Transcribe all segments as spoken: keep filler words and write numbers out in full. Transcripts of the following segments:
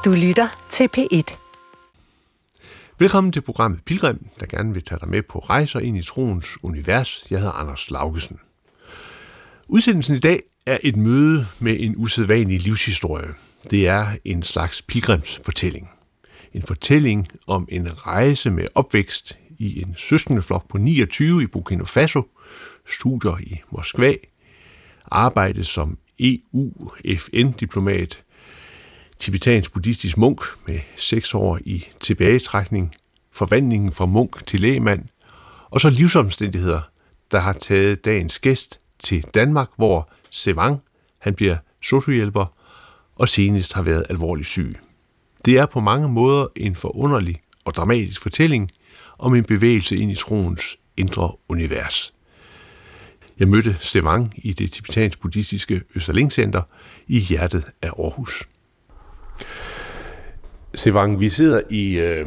Du lytter til P et. Velkommen til programmet Pilgrim, der gerne vil tage dig med på rejser ind i troens univers. Jeg hedder Anders Laugesen. Udsendelsen i dag er et møde med en usædvanlig livshistorie. Det er en slags pilgrimsfortælling. En fortælling om en rejse med opvækst i en søskendeflok på niogtyve i Burkina Faso, studier i Moskva, arbejde som E U-F N-diplomat, tibetansk buddhistisk munk med seks år i tilbagetrækning, forvandlingen fra munk til lægmand, og så livsomstændigheder, der har taget dagens gæst til Danmark, hvor Sevang, han bliver sosuhjælper, og senest har været alvorligt syg. Det er på mange måder en forunderlig og dramatisk fortælling om en bevægelse ind i troens indre univers. Jeg mødte Sevang i det tibetansk buddhistiske Österling Center i hjertet af Aarhus. Sevang, vi sidder i øh,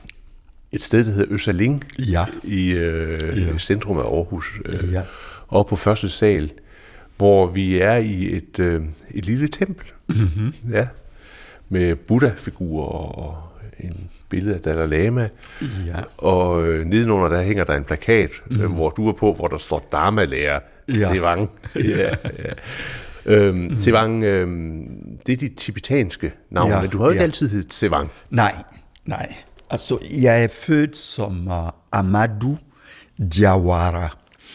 et sted, der hedder Österling, ja. i øh, ja. centrum af Aarhus, øh, ja. og på første sal, hvor vi er i et, øh, et lille tempel, mm-hmm. ja, med Buddha-figurer og en billede af Dalai Lama, ja. og øh, nedenunder der hænger der en plakat, mm. øh, hvor du er på, hvor der står Dharma-lærer ja. Sevang. ja, ja. Øhm, mm. Sevang, øhm, det er dit tibetanske navn, ja, men du har jo ikke ja. altid heddet Sevang. Nej, nej. Altså, jeg er født som uh, Amadou Diawara.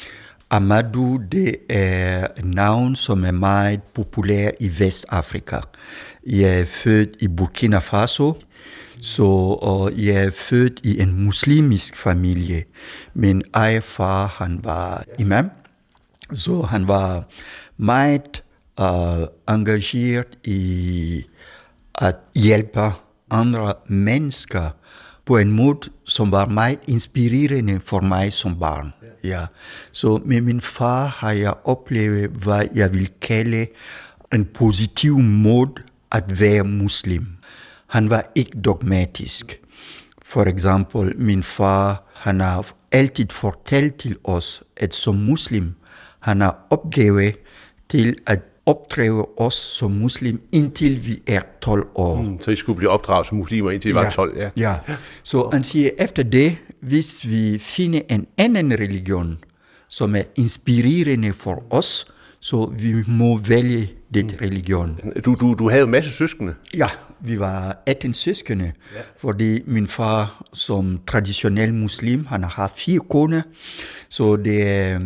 Amadou, det er et navn, som er meget populær i Vestafrika. Jeg er født i Burkina Faso, så uh, jeg er født i en muslimsk familie. Min ejerfar, han var imam, så han var meget Uh, engageret i at hjælpe andre mennesker på en måde, som var meget inspirerende for mig som barn. Ja. Så med min far har jeg oplevet, hvad jeg vil kalde en positiv måde at være muslim. Han var ikke dogmatisk. For eksempel, min far, han har altid fortalt til os, at som muslim, han har opgave til at opdrage os som muslim, indtil vi er tolv år. Mm, så I skulle blive opdraget som muslimer, indtil I var ja, tolv? Ja. ja. Så han siger, efter det, hvis vi finder en anden religion, som er inspirerende for os, så vi må vælge den mm. religion. Du, du, du havde jo en masse søskende? Ja, vi var atten søskende, ja. Fordi min far, som traditionel muslim, han har haft fire koner, så det er...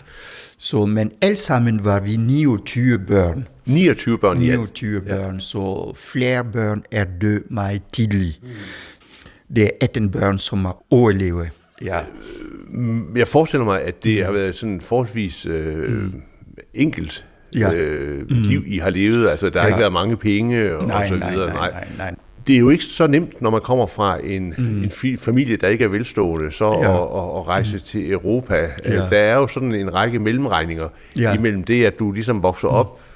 Så, men alle sammen var vi niogtyve børn. niogtyve børn? niogtyve børn, ja. Så flere børn er døde meget tidligt. Mm. Det er atten børn, som har overlevet. Ja. Jeg forestiller mig, at det har været sådan forholdsvis øh, mm. enkelt ja. øh, liv, I har levet. Altså, der har ja. ikke været mange penge og, nej, og så videre. Nej, nej, nej, nej. Det er jo ikke så nemt, når man kommer fra en, mm. en fi- familie, der ikke er velstående, så ja. at, at, at rejse mm. til Europa. Ja. Der er jo sådan en række mellemregninger ja. imellem det, at du ligesom vokser mm. op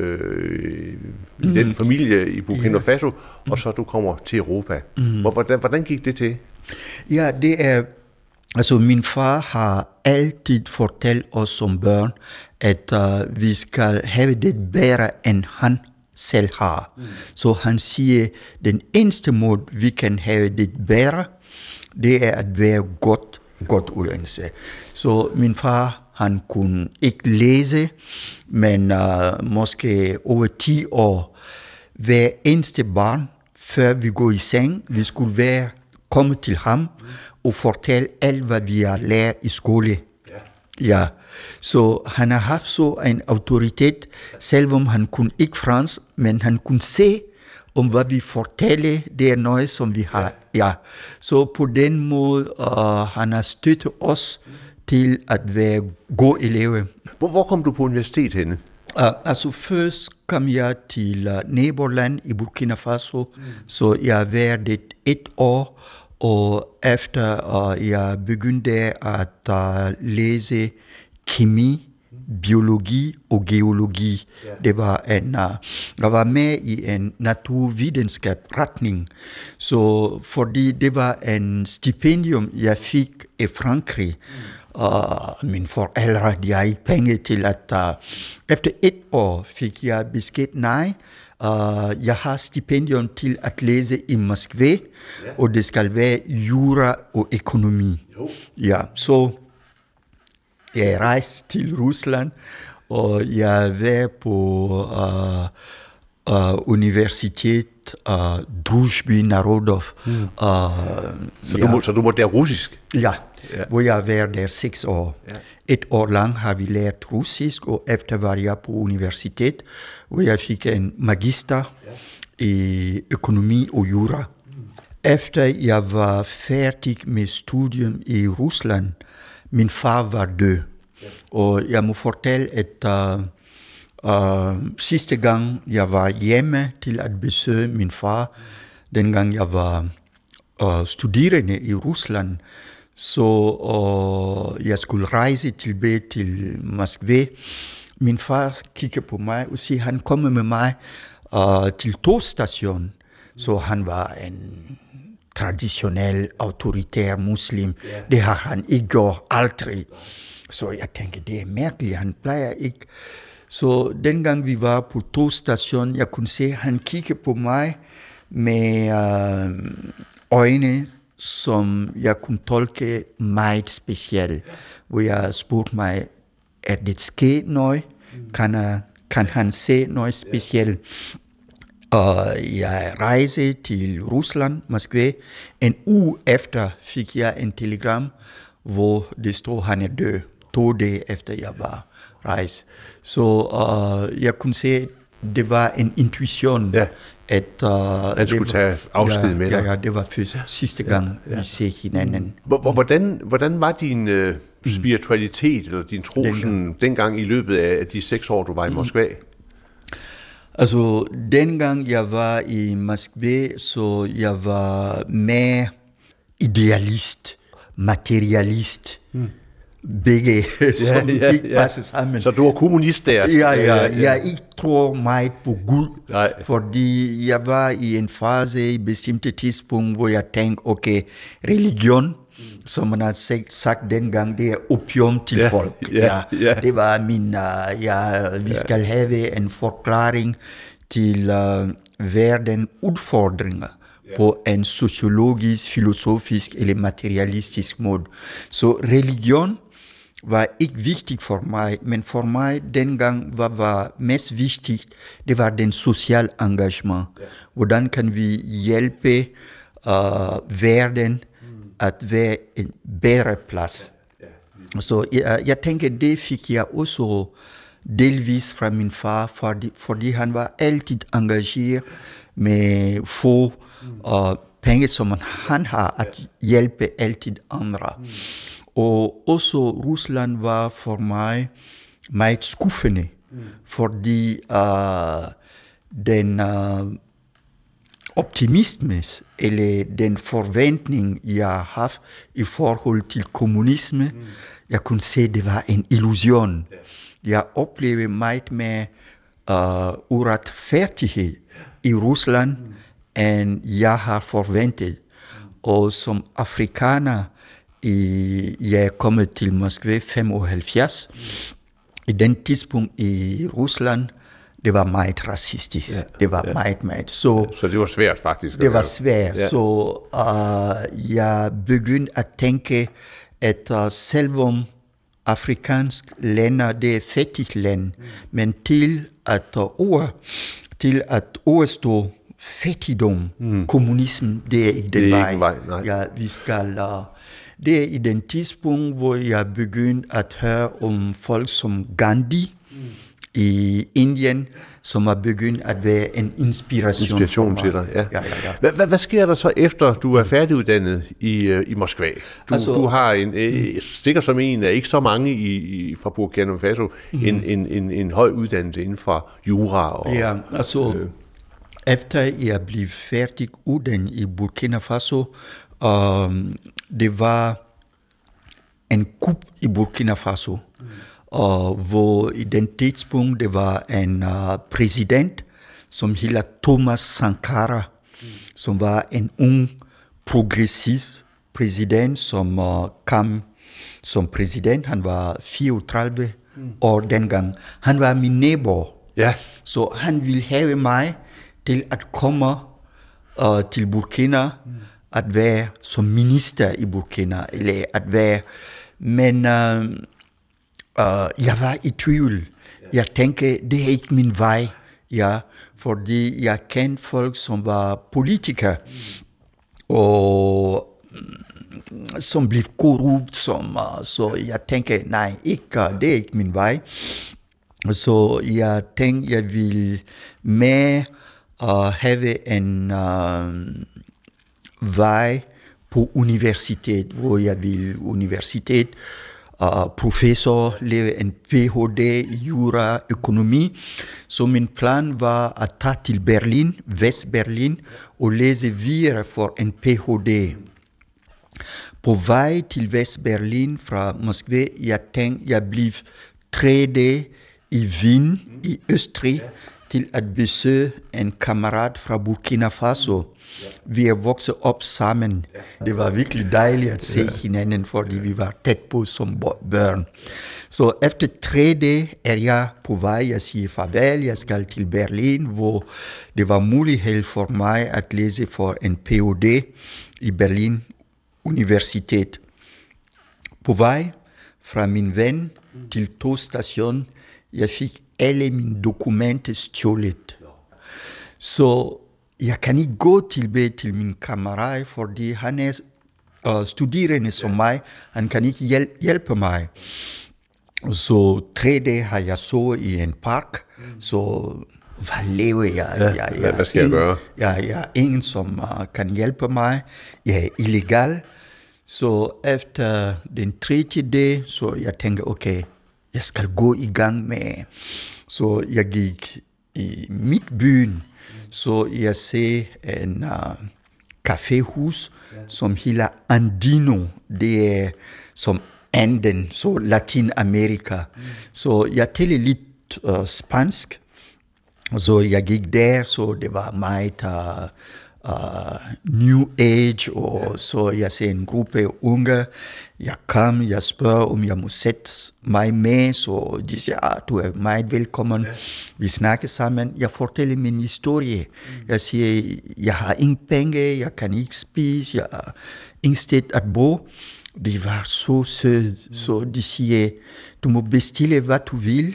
øh, i mm. den familie i Burkina Faso, mm. og så du kommer til Europa. Mm. Hvordan, hvordan gik det til? Ja, det er... Altså, min far har altid fortalt os som børn, at uh, vi skal have det bedre, end han selv har. Mm. Så han siger, den eneste måde, vi kan have det bedre, det er at være godt, godt uddannet. Så min far, han kunne ikke læse, men uh, måske over ti år, hver eneste barn, før vi går i seng, vi skulle være komme til ham mm. og fortælle alt, hvad vi har lært i skole. Yeah. Ja. Så han har haft så en autoritet, selvom han kunne ikke fransk, men han kunne se, om hvad vi fortæller, det er noget, som vi har. Ja. Så på den måde, uh, han har støttet os til at være gode elever. Hvor, hvor kom du på universitet henne? Uh, altså først kom jeg til uh, naboland i Burkina Faso, mm. så jeg har været et, et år, og efter uh, jeg begyndte at uh, læse kemi, biologi og geologi. Yeah. Det var en, uh, jeg var med i en naturvidenskab retning, så fordi det var en stipendium, jeg fik i Frankrig. Mm. Uh, mine forældre, de har ikke penge til at... Uh, efter et år fik jeg besked, nej, Uh, jeg har stipendium til at læse i Moskva, ja. Og det skal være jura og økonomi. Jo. Ja, så jeg rejste til Rusland, og jeg var på uh, uh, universitet uh, Druzhby Narodov. Mm. Uh, så, ja. du må, så du må lære russisk? Ja, ja. Hvor jeg var der seks år. Ja. Et år lang har vi lært russisk, og efter var jeg på universitet, hvor jeg fik en magister ja. I økonomi og jura. Mm. Efter jeg var færdig med studium i Rusland, min far var død. Ja. Og jeg må fortælle, at uh, uh, sidste gang jeg var hjemme til at besøge min far, mm. dengang jeg var uh, studerende i Rusland, så uh, jeg skulle rejse tilbage til Moskva. Min far kiggede på mig og siger, han kommer med mig uh, til togstationen. Så han var en traditionel, autoritær muslim. Yeah. Det har han ikke gjort aldrig. Så jeg tænkte, det er mærkeligt, han plejer ikke. Så dengang vi var på togstationen, jeg kunne se, han kiggede på mig med uh, øjne, som jeg kunne tolke meget specielt. Hvor jeg spurgte mig, er det sket noget? Kan, uh, kan han se noget specielt? Og jeg rejste til Rusland, Moskva. En uge efter fik jeg en telegram, hvor det stod, han er død. To dage efter jeg var rejst. Så uh, jeg kunne se, det var en intuition, ja. At uh, han skulle var, tage afsked ja, med dig. Ja, ja, det var først sidste gang, ja, ja. Vi ser hinanden. Hvordan, hvordan var din uh, spiritualitet, eller din tro, dengang. Sådan, dengang i løbet af de seks år, du var i Moskva? Altså, dengang jeg var i Moskva, så jeg var mere idealist, materialist. Hmm. Begge, som ja, ja, ikke ja. Passer sammen. Så du var kommunist der? Ja, ja, ja, ja. Jeg ikke tror meget på Gud, nej. Fordi jeg var i en fase i bestemte tidspunkt, hvor jeg tænkte, okay, religion, mm. som man har sagt, sagt dengang, det er opium til ja, folk. Ja, ja. Ja. Det var min, uh, ja, vi ja. Skal have en forklaring til uh, verden udfordringer. Ja. På en sociologisk, filosofisk eller materialistisk måde. Så religion var ikke vigtigt for mig, men for mig dengang var, var mest vigtigt, det var den sociale engagement. Ja. Hvordan kan vi hjælpe uh, verden mm. at være en bedre plads? Ja. Ja. Så jeg, jeg tænker, det fik jeg også delvis fra min far, fordi, fordi han var altid engageret med få og penge, som han har at hjælpe altid andre. Mm. Og også Rusland var for mig meget skuffende, mm. fordi uh, den uh, optimisme eller den forventning, jeg har haft i forhold til kommunisme, mm. jeg kunne se, det var en illusion. Yeah. Jeg oplevede meget med uh, uretfærdighed i Rusland, mm. end jeg har forventet. Mm. Og som afrikaner, i, jeg er kommet til Moskva femoghalvfjerds. Mm. I den tidspunkt i Rusland, det var meget racistisk. Ja, det var ja. meget, meget. Så, så det var svært faktisk? Det var svært. Ja. Så uh, jeg begyndte at tænke, at uh, selvom afrikansk lænder, det er fattigt land, mm. men til at uh, ord, til at overstå fattigdom, mm. kommunisme, det er ikke den det er vej. Ikke vej nej. Ja, vi skal, uh, det er i den tidspunkt, hvor jeg begyndte at høre om folk som Gandhi mm. i Indien, som har begyndt at være en inspiration, inspiration til dig. Ja. Ja, ja, ja. Hvad, hvad, hvad sker der så efter, du er færdiguddannet i, uh, i Moskva? Du, altså, du har en, øh, sikkert som en af ikke så mange i, i, fra Burkina Faso, mm. en, en, en, en høj uddannelse inden for jura. Og, ja, altså... Øh, Efter jeg blev færdig uddannet i Burkina Faso, um, det var en kup i Burkina Faso, mm. uh, hvor i den tidspunkt det var en uh, præsident, som hedder Thomas Sankara, mm. som var en ung, progressiv præsident, som uh, kom som præsident. Han var fireogtredive mm. år dengang. Han var min nabo, yeah. så han ville have mig til at komme uh, til Burkina, mm. at være som minister i Burkina, eller at være, men uh, uh, jeg var i tvivl. Jeg tænkte, det er ikke min vej, ja, fordi jeg kendte folk, som var politikere, mm. og som blev korrupt, som, uh, så jeg tænkte, nej, ikke, det er ikke min vej. Så jeg tænkte, jeg ville med uh, have en uh, vej på universitet, hvor jeg ville universitet, uh, professor, lave en P H D i jura, økonomi. Så min plan var at tage til Berlin, Vest-Berlin, og læse videre for en P H D. På vej til Vest-Berlin fra Moskva, jeg tænkte, jeg blev tre dage i Wien, i Østrig, til at besøge en kammerat fra Burkina Faso. Vi er vokset op sammen. Det var virkelig dejligt at se hinanden, fordi vi var tæt på som børn. Så efter tre dage er jeg på vej. Jeg siger farvel, jeg skal til Berlin, hvor det var mulighed for mig at læse for en P H D i Berlin Universitet. På vej fra min ven til togstation, jeg fik alle mine dokumenter stjålet. Så jeg kan ikke gå tilbage til min kammerat, fordi han er uh, studerende som mig. Han kan ikke hjæl- hjælpe mig. Så tre dage har jeg så i en park. Så hvad lever jeg? Ja, jeg, jeg hvad skal jeg ingen, gøre? Jeg, jeg er ingen, som uh, kan hjælpe mig. Jeg er illegal. Så efter den tredje dag, så jeg tænker, okay, jeg skal gå i gang med. Så jeg gik i mit byen, så jeg ser en uh, caféhus, som hedder Andino. Det er som Anden, så Latinamerika. Så jeg taler lidt uh, spansk. Så jeg gik der, så det var meget uh, uh, New Age, og så jeg ser en gruppe unge. Jeg kom, jeg spørger, om jeg må sætte mig med, så de siger, ah, du er meget velkommen. Vi snakker sammen. Jeg fortæller min historie. Jeg siger, jeg har ingen penge, jeg kan ikke spise, jeg har ingen sted at bo. De var så søde, så de siger, du må bestille, hvad du vil,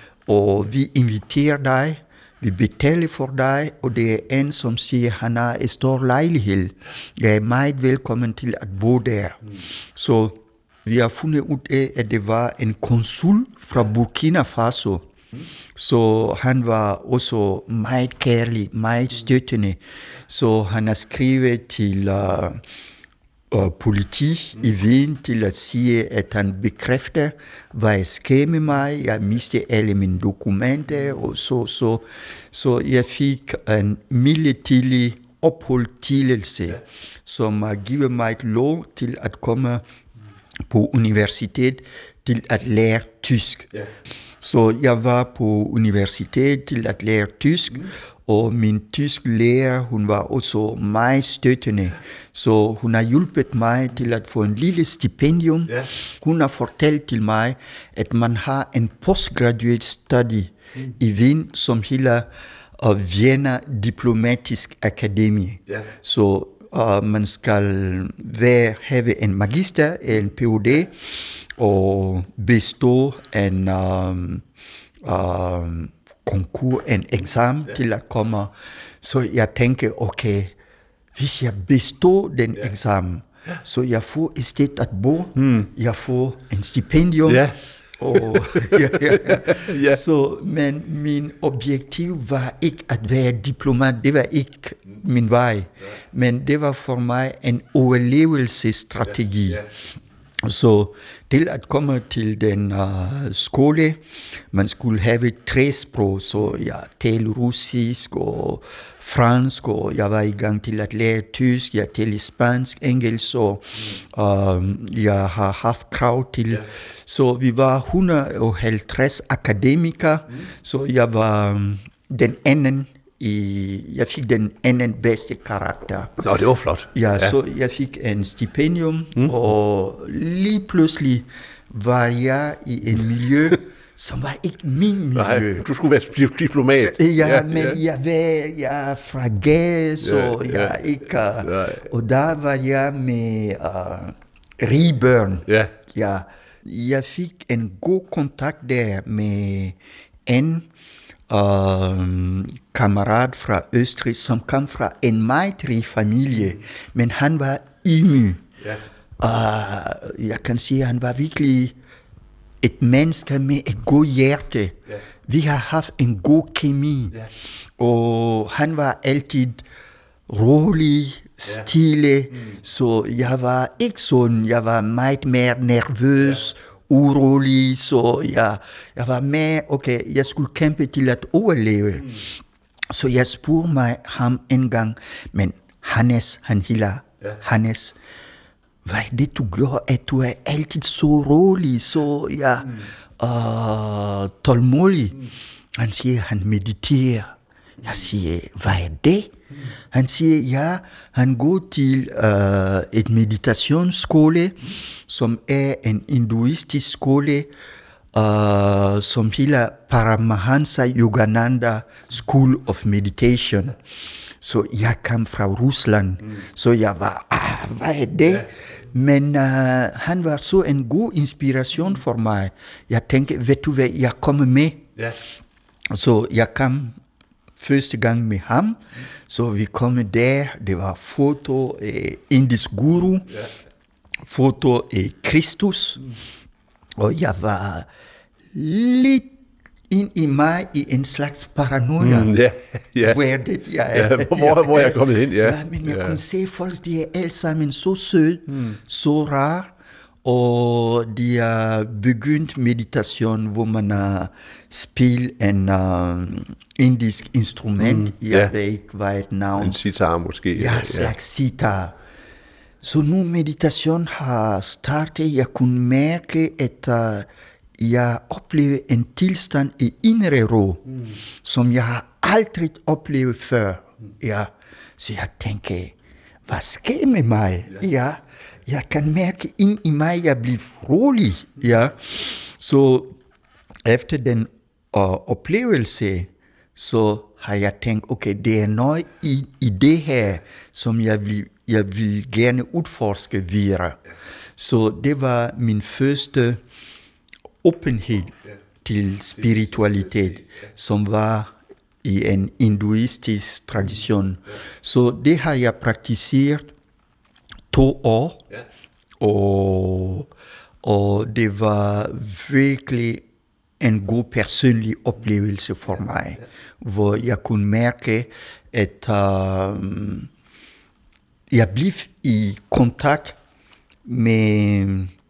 og vi inviterer dig. Vi betaler for dig, og det er en, som siger, han har en stor lejlighed. Jeg er meget velkommen til at bo der. Mm. Så vi har fundet ud af, at det var en konsul fra Burkina Faso. Mm. Så han var også meget kærlig, meget støttende. Så han har skrevet til uh, uh, politi mm. i Wien til at sige, at han bekræfter, hvad jeg sker med mig. Jeg mistede alle mine dokumenter, og så, så, så jeg fik en midlertidig opholdstilladelse, ja. som har givet mig et lov til at komme på universitet til at lære tysk. Ja. Så jeg var på universitet til at lære tysk, mm. og min tysk lærer, hun var også meget støttende. Så hun har hjulpet mig til at få en lille stipendium. Yeah. Hun har fortalt til mig, at man har en postgraduate study mm. i Wien, som hedder uh, Vienna Diplomatisk Akademi. Yeah. Så uh, man skal være, have en magister, en P H D, og bestå en um, um, konkurs, en eksamen ja. til at komme. Så jeg tænker, okay, hvis jeg består den ja. eksamen, så jeg får et sted at bo, hmm. jeg får en stipendium. Ja. Og, ja, ja, ja. Ja. Så, men min objektiv var ikke at være diplomat, det var ikke min vej, ja. men det var for mig en overlevelsesstrategi. Ja. Ja. Så til at komme til den uh, skole, man skulle have tre sprog, så jeg talte russisk og fransk, og jeg var i gang til at lære tysk, jeg talte spansk, engelsk, og uh, jeg har haft krav til. Yeah. Så vi var et hundrede og halvtreds akademikere, mm. så jeg var um, den anden. I, jeg fik den anden bedste karakter. Nå, det var flot. Ja, ja. Så jeg fik en stipendium, mm. og lige pludselig var jeg i en miljø, som var ikke min miljø. Nej, du skulle være diplomat. Ja, ja men ja. jeg var jeg er fra Gæs, ja, og jeg ja. ikke... Uh, og der var jeg med uh, rige børn. Ja. Ja, jeg fik en god kontakt der med en uh, kammerat fra Østrig, som kom fra en meget rig familie, men han var ydmyg. Ja. Uh, jeg kan sige, at han var virkelig et menneske med et godt hjerte. Ja. Vi har haft en god kemi, ja. Og han var altid rolig, stille, ja. mm. så jeg var ikke sådan, jeg var meget mere nervøs, ja. urolig, så jeg, jeg var med, okay, jeg skulle kæmpe til at overleve. Mm. Så jeg spurgte mig ham en gang, men Hannes, han hilder, ja. Hannes, hvad er det, du gør, at du er altid så rolig, så ja, mm. uh, tålmodig? Mm. Han siger, han mediterer. Jeg siger, hvad er det? Mm. Han siger, ja, han går til uh, et meditationsskole, mm. som er en hinduistisk skole, uh, som hedder Paramahansa Yogananda School of Meditation. Så jeg kom fra Rusland, mm. så jeg var, ah, hvad er det? Ja. Men uh, han var så en god inspiration for mig. Jeg tænkte, ved du hvad, jeg kommer med. Ja. Så jeg kom første gang med ham, mm. så vi kom der, det var foto af indisk guru, ja. foto af Kristus, mm. og jeg var lidt ind i mig i en slags paranoia. Mm, yeah, yeah. Hvor, det, jeg, yeah, hvor, hvor jeg er kommet ind, ja. ja men jeg yeah. kunne se, folk de er alle sammen så søde, mm. så rar, og de har begyndt meditation, hvor man har spillet en uh, indisk instrument. Mm, jeg yeah. ved ikke, hvad et navn. En sitar måske. Ja, en slags sitar. Så nu meditation har startet, jeg kunne mærke, at uh, jeg oplevede en tilstand i indre ro, mm. som jeg har aldrig oplevet før. Mm. Ja. Så jeg tænker, hvad sker med mig? Ja. Ja. Jeg kan mærke ind i mig, at jeg bliver rolig. Ja. Så efter den uh, oplevelse, så har jeg tænkt, okay, det er noget i, i det her, som jeg vil, jeg vil gerne udforske videre. Så det var min første åbenhed til spiritualitet, som var i en hinduistisk tradition. Så det har jeg praktiseret to år, og, og det var virkelig en god personlig oplevelse for mig, hvor jeg kunne mærke, at uh, jeg blev i kontakt med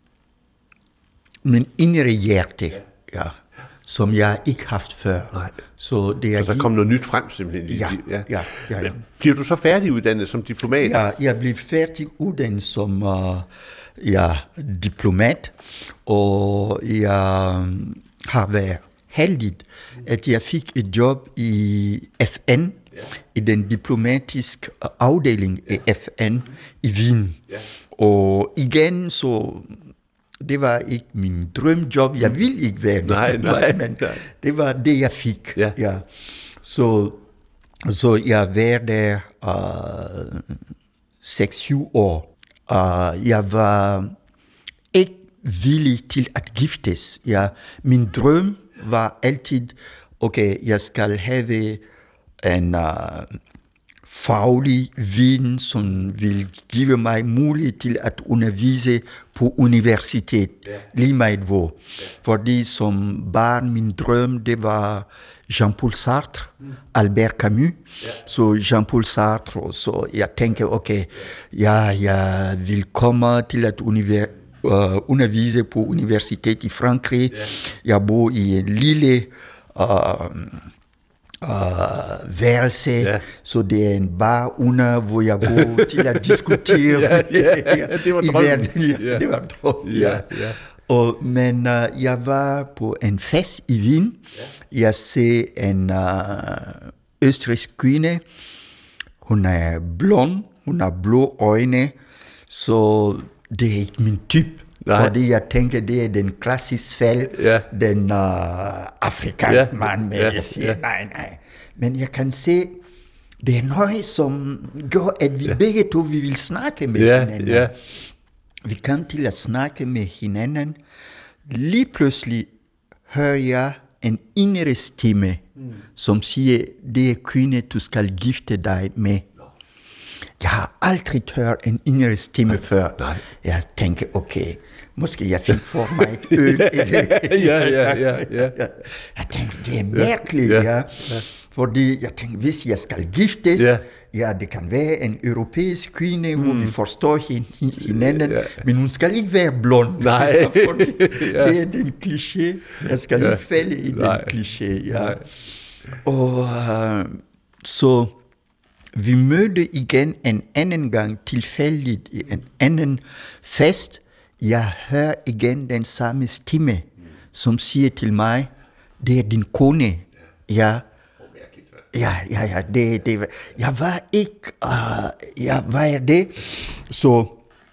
min indre hjerte, ja, som jeg ikke haft før. Nej. Så, det er så der kom noget nyt frem simpelthen? Ja, ja, ja, ja, ja. Bliver du så færdiguddannet som diplomat? Ja, jeg blev færdiguddannet som uh, ja, diplomat, og jeg har været heldig, at jeg fik et job i F N, ja. i den diplomatiske afdeling ja. i F N i Wien. Ja. Og igen så... Det var ikke min drømjob. Jeg ville ikke være det. Nej, nej, men nej. Det var det, jeg fik. Ja. Ja. Så, så jeg var der uh, seks, syv år. Uh, jeg var ikke villig til at giftes. Ja. Min drøm var altid, okay, jeg skal have en... Uh, faglig viden, som vil give mig mulighed til at undervise på universitet, yeah. lige meget hvor. Yeah. Fordi som barn, min drøm, det var Jean-Paul Sartre, mm. Albert Camus. Yeah. Så Jean-Paul Sartre, så jeg tænker, okay, ja, jeg vil komme til at univer- uh, undervise på universitet i Frankrig. Yeah. Jeg bor i en lille... Uh, Uh, værelse, yeah. så det er en bar under, hvor jeg går til at diskutere. ja, ja, ja, det var drømmen. Ja, yeah. det var drømmen, ja. Yeah, yeah. Og, men uh, jeg var på en fest i Wien. Yeah. Jeg så en uh, østrigsk kvinde. Hun er blond, hun har blå øjne, så det er ikke min type. Nej. Fordi jeg tænker, det er den klassiske fald, Ja. den uh, afrikanske Ja. mand med, Ja. jeg siger, Ja. nej, nej. Men jeg kan se, det er noget, som gør, at vi Ja. begge to, vi vil snakke med Ja, hinanden. ja. Vi kom til at snakke med hinanden. Lige pludselig hører jeg en indre stemme, mm. som siger, det er kvinde, du skal gifte dig med. Jeg har aldrig hørt en indre stemme før. Nej. Jeg tænker, okay, måske jeg fik for mig et øl. Eller, Ja, ja, ja, ja. Jeg tænker, det er mærkeligt, Ja, ja. ja. ja. Fordi jeg tænker, hvis jeg skal giftes, Ja. ja, det kan være en europæisk kvinde, mm. hvor vi forstår hin, hinanden, Ja. men hun skal ikke være blond. Nej. Fordi Ja. det er den kliché. Jeg skal Ja. ikke falde i Nej. den kliché. Ja. Nej. Og uh, så vi mødte igen en anden gang tilfældigt i en anden fest. Jeg hører igen den samme stemme, som siger til mig, det er din kone. Ja, ja, ja, ja det, det, jeg var ikke, uh, jeg var det. Så,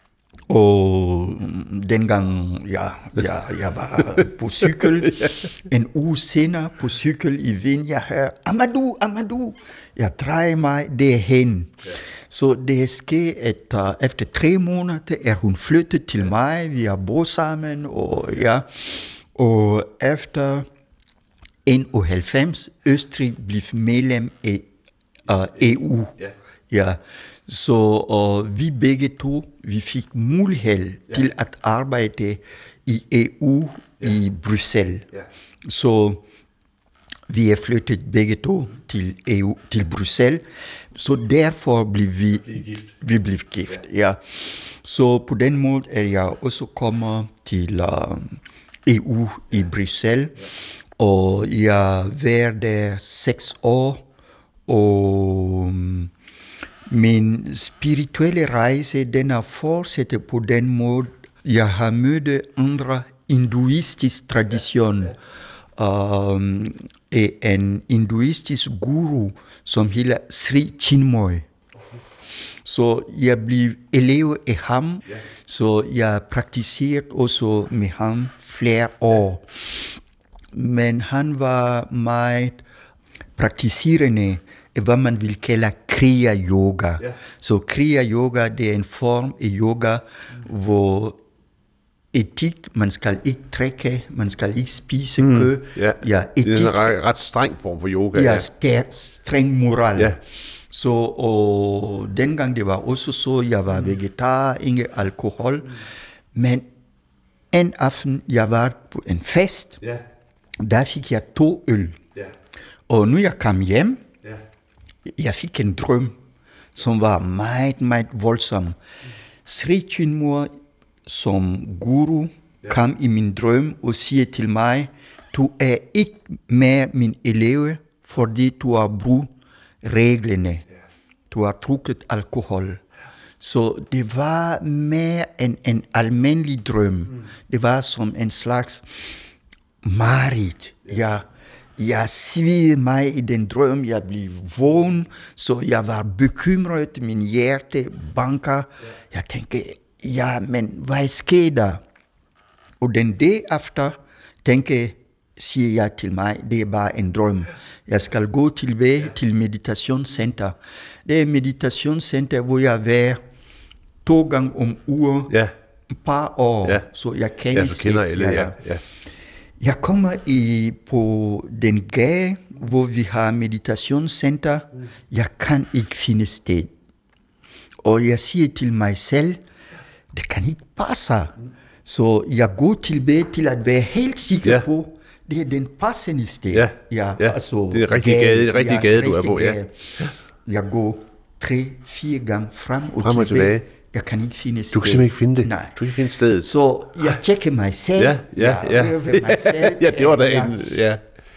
og dengang ja, jeg, jeg var på cykel, en uge senere på cykel i vind, jeg hører, Amadou, Amadou, jeg drejer mig derhen. Ja. Så det er sket, at uh, efter tre måneder er hun flyttet til mig, vi har boet sammen, og ja, og efter enoghalvfems, Østrig blev medlem af uh, E U. Ja. Ja, så og vi begge to, vi fik mulighed ja. til at arbejde i E U ja. i Bruxelles. Ja. Så vi er flyttet begge to til E U, til Bruxelles, så derfor blev vi, vi blev gift. Ja. Ja. Så på den måde er jeg også kommet til uh, E U i Bruxelles, ja. og jeg var der seks år, og min spirituelle rejse, den har fortsat på den måde. Jeg har mødt andre hinduistiske traditioner. Um, en hinduistisk guru, som hedder Sri Chinmoy. Så jeg blev elev af ham, så jeg praktiserede også med ham flere år. Men han var meget praktiserende, hvad man vil kalde Kriya Yoga. Yeah. Så Kriya Yoga, det er en form af yoga, mm. hvor etik, man skal ikke drikke, man skal ikke spise mm. kød. Yeah. Ja, etik, det er en ret, ret streng form for yoga. Ja, ja. streng moral. Yeah. Så og dengang det var også så, jeg var vegetar, ingen alkohol. Mm. Men en aften, jeg var på en fest, yeah. der fik jeg to øl. Yeah. Og nu jeg kom hjem, yeah. jeg fik en drøm, som var meget, meget voldsom. Mm. Sri Chinmoy som guru yeah. kom i min drøm og siger til mig, du er ikke mere min elev, fordi du har brugt reglerne. Yeah. Du har drukket alkohol. Yeah. Så det var mere en, en almindelig drøm. Mm. Det var som en slags mareridt. Yeah. Jeg, jeg svigede mig i den drøm, jeg blev vågen, så jeg var bekymret, min hjerte banker. Yeah. Jeg tænkte, ja, men hvad sker der? Og den dag efter, tænker, siger jeg til mig, det er bare en drøm. Jeg skal gå tilbage til meditationscenter. Det er et meditationscenter, hvor jeg var to gange om ugen, ja. et par år, ja. så jeg kender, ja, så kender alle, ja, ja. Ja. Jeg kommer i, på den gade, hvor vi har meditationscenter. Jeg kan ikke finde sted. Og jeg siger til mig selv, det kan ikke passe. Så jeg går tilbage til at være helt sikker ja. på, det er den passende sted. Ja, ja, ja. Altså, det er rigtig gade, gade, rigtig ja, gade du er på. Ja. Jeg går tre, fire gange frem og, frem og tilbage. tilbage. Jeg kan ikke finde stedet. Du kan simpelthen ikke finde det? Nej. Du kan ikke finde stedet? Så jeg tjekker mig selv. Ja, ja, ja. Jeg øver mig selv. ja, det var da en... Ja.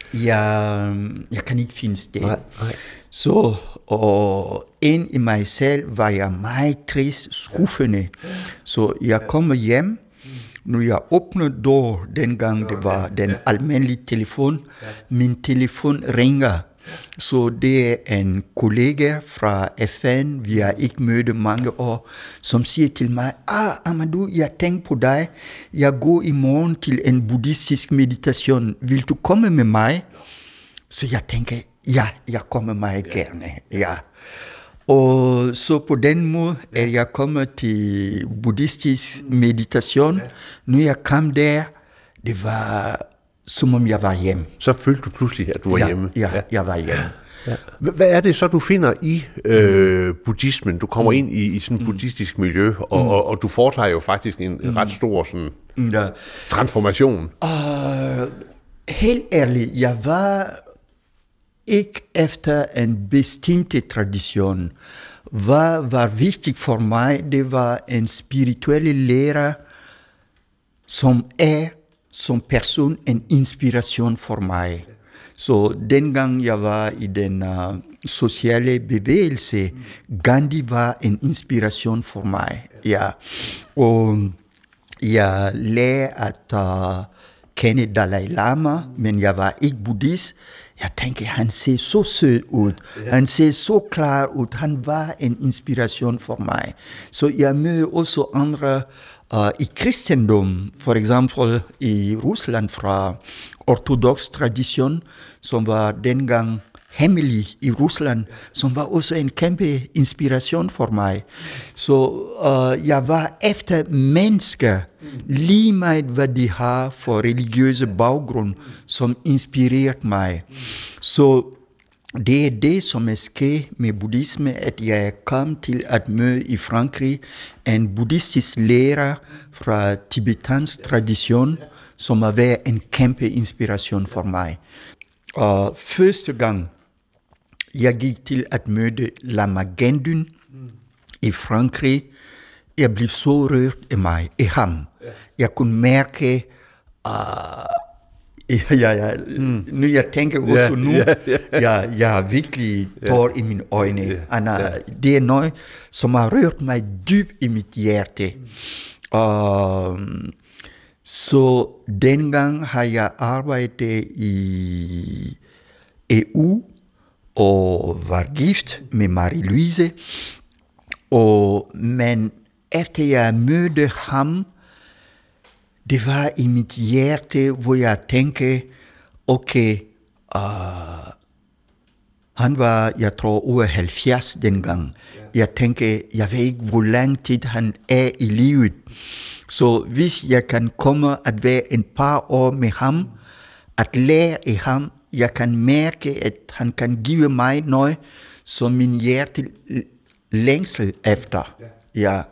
Jeg, jeg kan ikke finde stedet. Nej, nej. Så og ind i mig selv var jeg meget trist, skuffende. Så jeg kommer hjem. Når jeg åbner døren, dengang det var den almindelige telefon, min telefon ringer. Så det er en kollega fra F N, vi har ikke mødt mange år, som siger til mig, ah Amadou, jeg tænker på dig, jeg går i morgen til en buddhistisk meditation, vil du komme med mig? Så jeg tænker, ja, jeg kommer meget gerne, ja. Og så på den måde er jeg kommet til buddhistisk meditation. Når jeg kom der, det var som om jeg var hjemme. Så følte du pludselig, at du var ja, hjemme? Ja, ja, jeg var hjemme. Ja. Hvad er det så, du finder i øh, buddhismen? Du kommer mm. ind i, i sådan et buddhistisk miljø, og, mm. og, og du foretager jo faktisk en mm. ret stor sådan, ja. transformation. Uh, helt ærligt, jeg var ikke efter en bestemt tradition. Hvad var vigtigt for mig, det var en spirituel lærer, som er som person en inspiration for mig. Så dengang jeg var i den uh, sociale bevægelse, Gandhi var en inspiration for mig. Ja. Og jeg lærte at uh, kende Dalai Lama, men jeg var ikke buddhist. Jeg tænkte, han ser så sød ud. Han ser så klar ud. Han var en inspiration for mig. Så jeg mødte også andre uh, i kristendom, for eksempel i Rusland fra ortodox tradition, som var dengang hemmelig i Rusland, som var også en kæmpe inspiration for mig. Så uh, jeg var efter mennesker, lige meget hvad de har for religiøse baggrund, som inspirerede mig. Så det er det, som er sket med buddhisme, at jeg kom til at møde i Frankrig en buddhistisk lærer fra tibetansk tradition, som har været en kæmpe inspiration for mig. Og første gang, jeg gik til at møde Lama Gendun mm. i Frankrig, jeg blev så rørt af mig, af ham. Yeah. Jeg kunne mærke, uh, ja, ja, mm. nu jeg tænker også yeah, nu, yeah, yeah. Jeg, jeg har virkelig tår yeah. i mine øjne. Yeah, Anna, yeah. Det er noget, som har rørt mig dybt i mit hjerte. Mm. Uh, så dengang har jeg arbejdet i E U, og var gift med Marie-Louise, og, men efter jeg mødte ham, det var i mit hjerte, hvor jeg tænkte, okay, uh, han var, jeg tror, over halvfjerds dengang. Jeg tænkte, jeg ved ikke, hvor lang tid han er i livet. Så hvis jeg kan komme at være en par år med ham, at lære af ham, jeg kan mærke, at han kan give mig noget, som min hjerte længsel efter. Ja.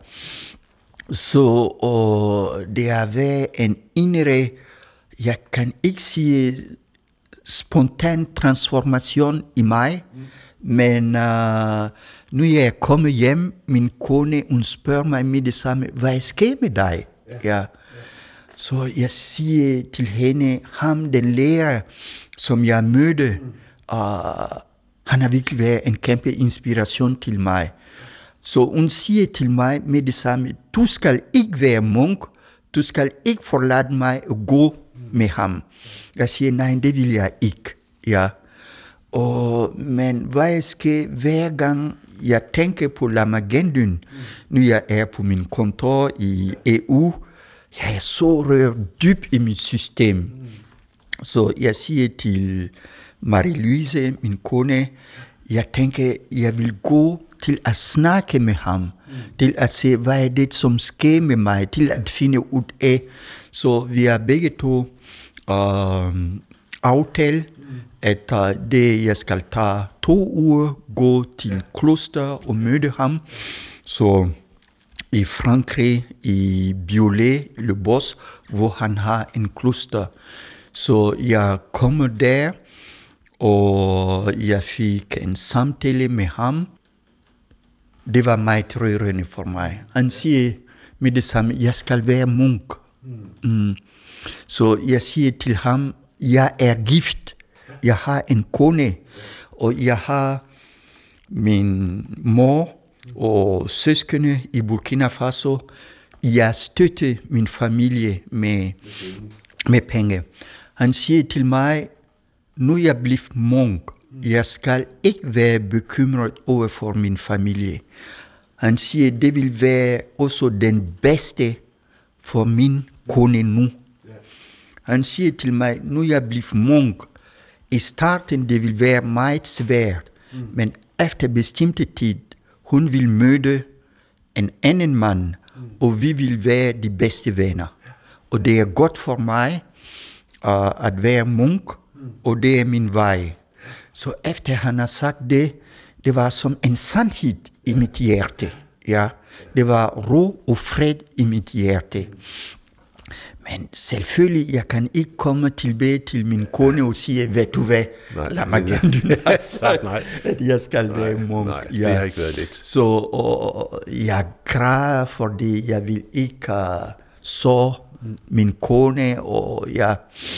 Så og det har været en indre, jeg kan ikke sige spontan transformation i mig, mm. men uh, nu er jeg kommet hjem, min kone, hun spørger mig med det samme, hvad er sket med dig? Ja. Ja. Så jeg siger til hende, ham den lærer, som jeg mødte, mm. uh, han har virkelig været en kæmpe inspiration til mig. Så hun siger til mig med det samme, du skal ikke være munk, du skal ikke forlade mig at gå med ham. Jeg siger, nej, det vil jeg ikke. Ja. Og, men hvad jeg skal hver gang, jeg tænker på Lama Gendun, mm. nu jeg er på min kontor i E U, jeg er så rørt dybt i mit system. Mm. Så jeg siger til Marie-Louise, min kone, jeg tænker, jeg vil gå til at snakke med ham, mm. til at se, hvad er det, som sker med mig, til at finde ud af. Så vi har begge to uh, aftalt, mm. at uh, det, jeg skal tage to uger, gå til kloster og møde ham. Så i Frankrig, i Viollet-le-Bos, hvor han har en kloster. Så jeg kommer der, og jeg fik en samtale med ham. Det var meget rørende for mig. Han siger med det samme, jeg skal være munk. Mm. Mm. Så jeg siger til ham, jeg er gift. Jeg har en kone, og jeg har min mor og søskende i Burkina Faso. Jeg støtter min familie med, med penge. Han siger til mig, nu er jeg blevet munk, jeg skal ikke være bekymret over for min familie. Han siger, det vil være også den bedste for min kone nu. Han siger til mig, nu er jeg blevet munk. I starten det vil være meget svært, mm. men efter bestemte tid, hun vil møde en anden mand, mm. og vi vil være de bedste venner. Og det er godt for mig uh, at være munk, mm. og det er min vej. Så efter han har sagt det, det var som en sandhed i mit hjerte. Ja, det var ro og fred i mit hjerte. Men selvfølgelig, jeg kan ikke komme tilbage til min kone og sige, ved du hvad, nej, lad mig gerne altså, at jeg skal nej, være munk. Nej, ja. Det har ikke været lidt. Så og, jeg græder, fordi jeg vil ikke uh, så min kone, og jeg,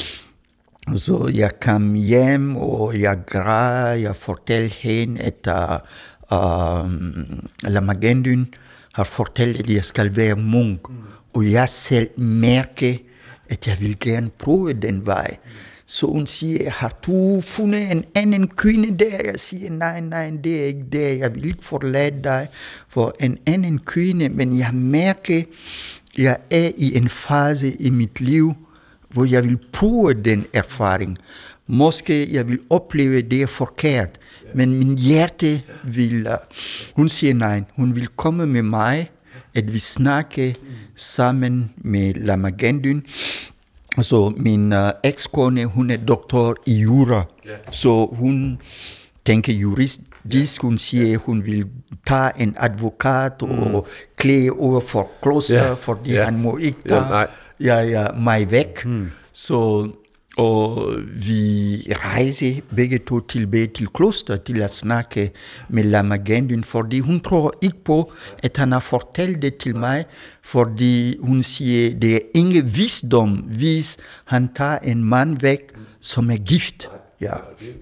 så jeg kom hjem, og jeg græder, jeg fortalte hende, at uh, uh, Lamagendun har fortalt, at jeg skal være munk. Mm. Og jeg selv mærker, at jeg vil gerne prøve den vej. Så hun siger, har du fundet en anden kvinde der? Jeg siger, nej, nej, det er ikke det. Jeg vil ikke forlade dig for en anden kvinde. Men jeg mærker, at jeg er i en fase i mit liv, hvor jeg vil prøve den erfaring. Måske jeg vil opleve det forkert, men min hjerte vil... Hun siger nej, hun vil komme med mig, at vi snakker sammen med Lamagendun. Så min uh, ekskone, hun er doktor i jura, yeah. så hun tænker juristisk, hun siger, hun vil tage en advokat mm. og klæde over for kloster, yeah. fordi yeah. han må ikke tage yeah, ja, ja, mig væk. Mm. Så og vi rejser begge to tilbage til kloster til at snakke med Lamagendun, fordi hun tror ikke på, at han har fortalt det til mig, fordi hun siger, det er ingen visdom, hvis han tager en mand væk, som er gift. Ja.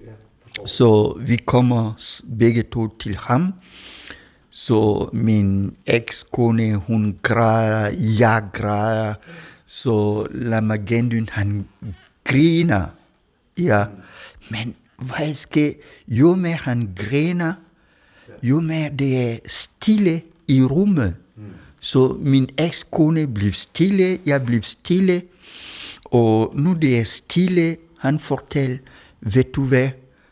Så vi kommer begge to til ham. Så min ekskone, hun græder, jeg græder. Så Lamagendun, han griner. Ja, men hvad sker? Jo mere han griner, jo mere det er stille i rummet. Så min ekskone blev stille, jeg blev stille, og nu det er stille, han fortæller, ved du hvad?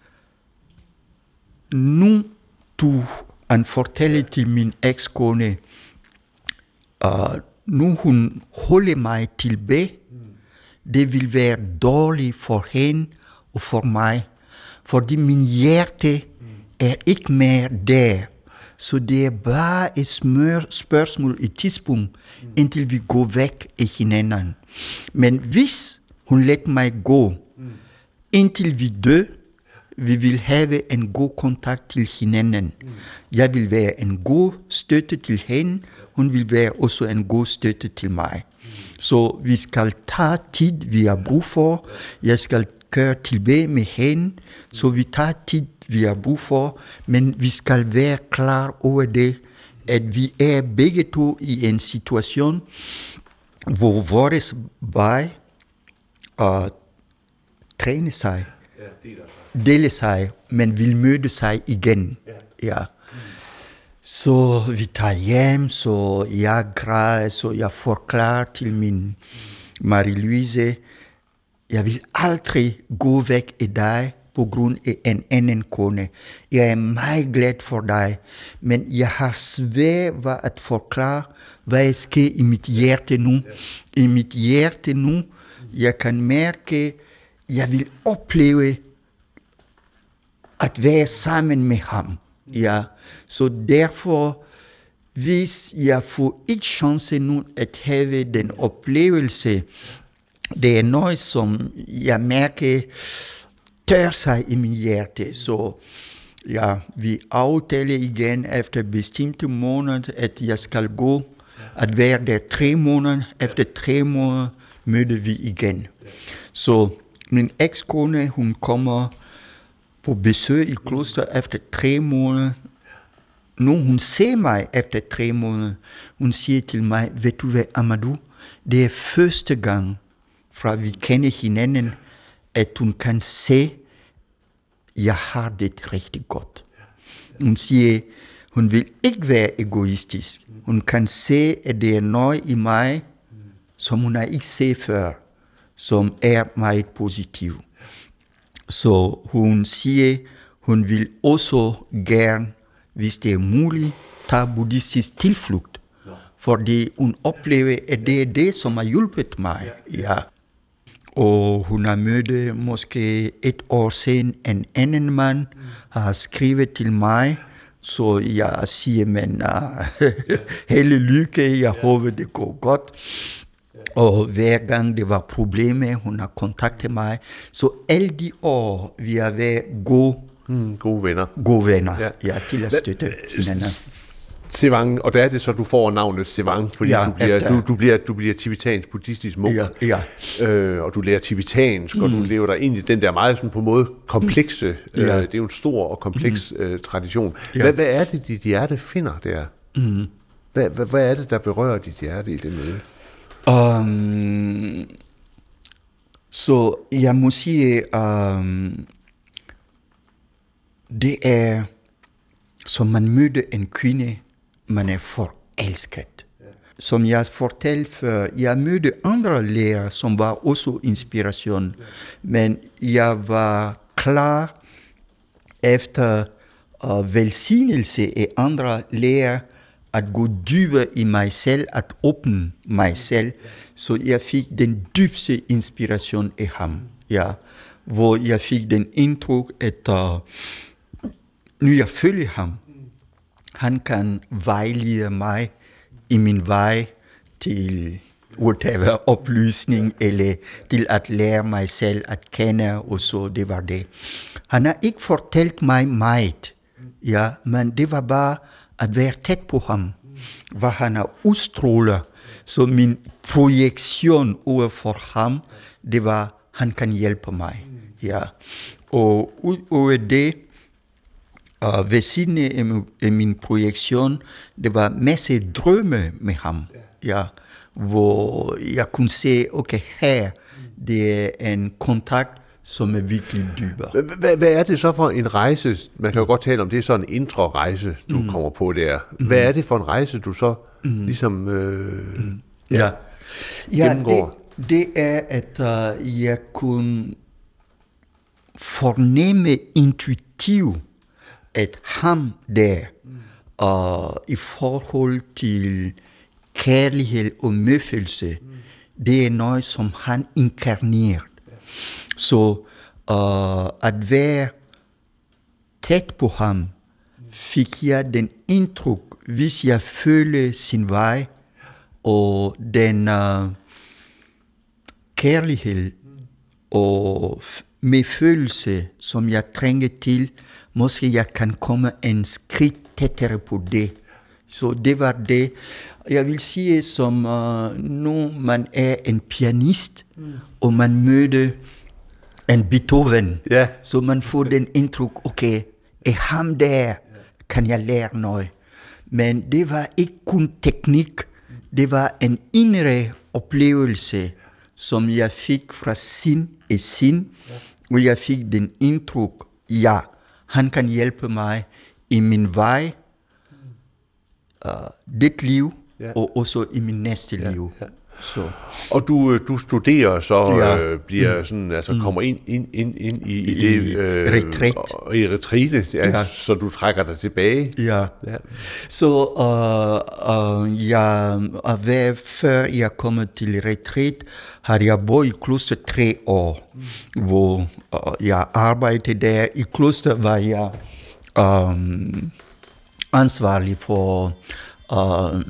Nu du, han fortæller til min ekskone, uh, nu hun holder mig tilbage, det vil være dårligt for hende og for mig, fordi min hjerte er ikke mere der. Så det er bare et spørgsmål, et tidspunkt, indtil vi går væk af hinanden. Men hvis hun lader mig gå, indtil vi dør, vi vil have en god kontakt til hinanden. Jeg vil være en god støtte til hende, hun vil være også en god støtte til mig. Så vi skal tage tid, vi har brug for. Jeg skal køre tilbage med hende, så vi tager tid, vi har brug for. Men vi skal være klar over det, at vi er begge to i en situation, hvor vores vej uh, træner sig, deler sig, men vil møde sig igen. Ja. Så vi tager hjem, så jeg græder, så jeg forklarer til min Marie-Louise, jeg vil aldrig gå væk af dig på grund af en anden kone. Jeg er meget glad for dig, men jeg har svært ved at forklare, hvad der sker i mit hjerte nu. I mit hjerte nu, jeg kan mærke, jeg vil opleve at være sammen med ham. Ja, så derfor, hvis jeg får ikke chance nu at have den oplevelse, det er noget, som jeg mærker tør sig i min hjerte. Så ja, vi aftaler igen efter bestemte måneder, at jeg skal gå, at være der tre måneder. Efter tre måneder møder vi igen. Så min ekskone, hun kommer på besøg i kloster efter tre måneder. Nu hun ser mig efter tre måneder, hun siger til mig, ved du hvad, Amadou, det er første gang, fra vi kender hinanden, at hun kan se, jeg har det rigtig godt. Hun siger, hun vil ikke være egoistisk. Hun kan se, at det er noget i mig, som hun har ikke set før, som er meget positiv. Så hun siger, hun vil også gerne, hvis det er muligt, tage buddhistisk tilflugt. Fordi hun oplever, at det er det, som har hjulpet mig. Ja. Og hun har mødt måske et år siden en anden mand, har skrevet til mig, så jeg siger, men uh, hele lykke, jeg håber, det går godt. Og hver gang det var problemer, hun har kontaktet mig. Så alle de år, vi har været gode, mm, gode venner, gode venner ja. Ja, til at støtte hinanden. Sevang, og der er det så, du får navnet Sevang, fordi ja, du, bliver, du, du, bliver, du bliver tibetansk buddhistisk munk, ja, ja. Øh, og du lærer tibetansk, mm. og du lever dig ind i den der meget sådan på en måde komplekse, mm. ja. øh, det er jo en stor og kompleks mm. øh, tradition. Ja. Hvad, hvad er det, dit hjerte finder der? Mm. Hvad, hvad, hvad er det, der berører dit hjerte i det møde? Um, så jeg må sige, um, det er, som man mødte en kvinde, man er forelsket. Som jeg fortalte før, jeg mødte andre lærere, som var også inspiration. Men jeg var klar efter uh, velsignelse af andre lærere, at gå dybere i mig selv, at åbne mig selv. Så jeg fik den dybeste inspiration af ham. Ja, hvor jeg fik den indtryk, at uh, nu jeg følger ham, han kan vejlede mig i min vej til whatever, oplysning, eller til at lære mig selv at kende, og så det var det. Han har ikke fortalt mig meget, ja, men det var bare at være tæt på ham, hvad han har udstrålet. Så min projektion over for ham, det var, han kan hjælpe mig. Ja. Og ud over det, Uh, ved siden af min projektion, det var en masse drømme med ham, ja, hvor jeg kunne se, okay, her, det er en kontakt, som er virkelig dybere. Hvad, hvad er det så for en rejse? Man kan jo godt tale om, det er sådan en indre rejse, du mm. kommer på der. Hvad er det for en rejse, du så mm. ligesom øh, mm. ja, ja. gennemgår? Ja, det, det er, at uh, jeg kunne fornemme intuitivt, at ham der, mm. uh, i forhold til kærlighed og medfølelse, mm. det er noget, som han inkarnerer. Ja. Så uh, at være tæt på ham, fik jeg den indtryk, hvis jeg føler sin vej, og den uh, kærlighed mm. og medfølelse, som jeg trænger til, måske jeg kan komme en skridt tættere på det. Så det var det. Jeg vil sige, som uh, nu man er en pianist, mm. og man møder en Beethoven, yeah. så man får den indtryk, okay, af ham der kan jeg lære noget. Men det var ikke kun teknik, det var en indre oplevelse, som jeg fik fra sind og sind, yeah. og jeg fik den indtryk, ja, han kan hjælpe mig i min vej, uh, dit liv, ja. og også i min næste ja, liv. Ja. Så. Og du, du studerer så, ja. øh, bliver mm. sådan, altså mm. kommer ind, ind, ind, ind i, i det øh, retræt. I retrite, ja, ja. Så du trækker dig tilbage. Ja. ja. Så uh, uh, jeg, uh, før jeg kom til retræt, har jeg boet i kloster tre år, mm. hvor uh, jeg arbejdede der. I kloster var jeg um, ansvarlig for uh,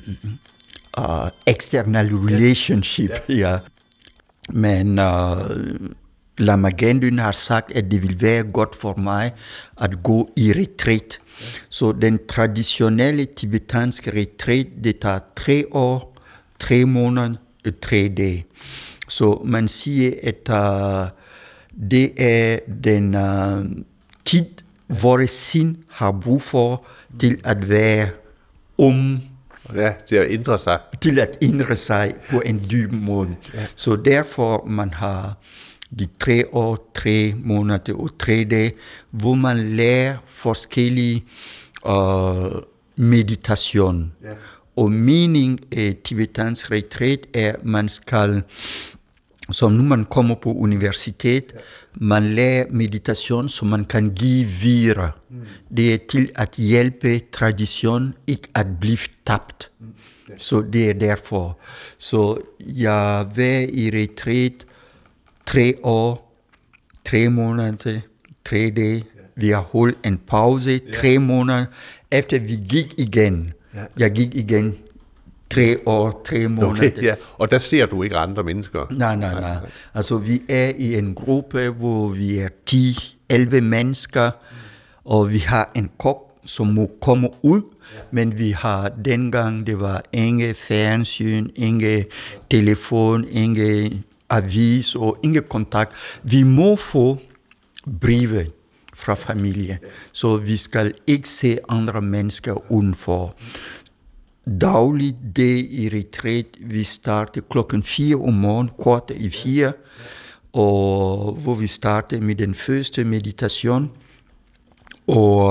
uh, external relationship. Yeah. Ja. Men uh, Lama Gendun har sagt, at det vil være godt for mig at gå i retræt. Yeah. Så den traditionelle tibetanske retræt, det tager tre år, tre måneder og tre dage. Så man siger, at uh, det er den uh, tid, hvor sind har brug for til at være om. Ja, til at ændre sig. Til at ændre sig på en dyb måde. Ja. Så derfor man har de tre år, tre måneder og tre dage, hvor man lærer forskellige uh, meditation. Yeah. Og meningen af tibetansk retræt er, at man skal, som nu man kommer på universitet, yeah. man lærer meditation, som man kan give videre. Mm. Det er til at hjælpe tradition ikke at blive tabt. Mm. Yeah. Så det er derfor. Så jeg var i retræt tre år, tre måneder, tre dage. Yeah. Vi har holdt en pause, yeah. tre måneder, efter vi gik igen. Ja. Jeg gik igen tre år, tre måneder. Okay, ja. Og der ser du ikke andre mennesker? Nej, nej, nej. Altså, vi er i en gruppe, hvor vi er ti elleve mennesker, mm. og vi har en kok, som må komme ud, ja. Men vi har dengang, det var ingen fjernsyn, ingen ja. telefon, ingen avis og ingen kontakt. Vi må få breve fra familie, ja. Så vi skal ikke se andre mennesker udenfor. Dagligt dag i retræt, vi starter klokken fire om morgenen, kvart i fire, og hvor vi starter med den første meditation, og,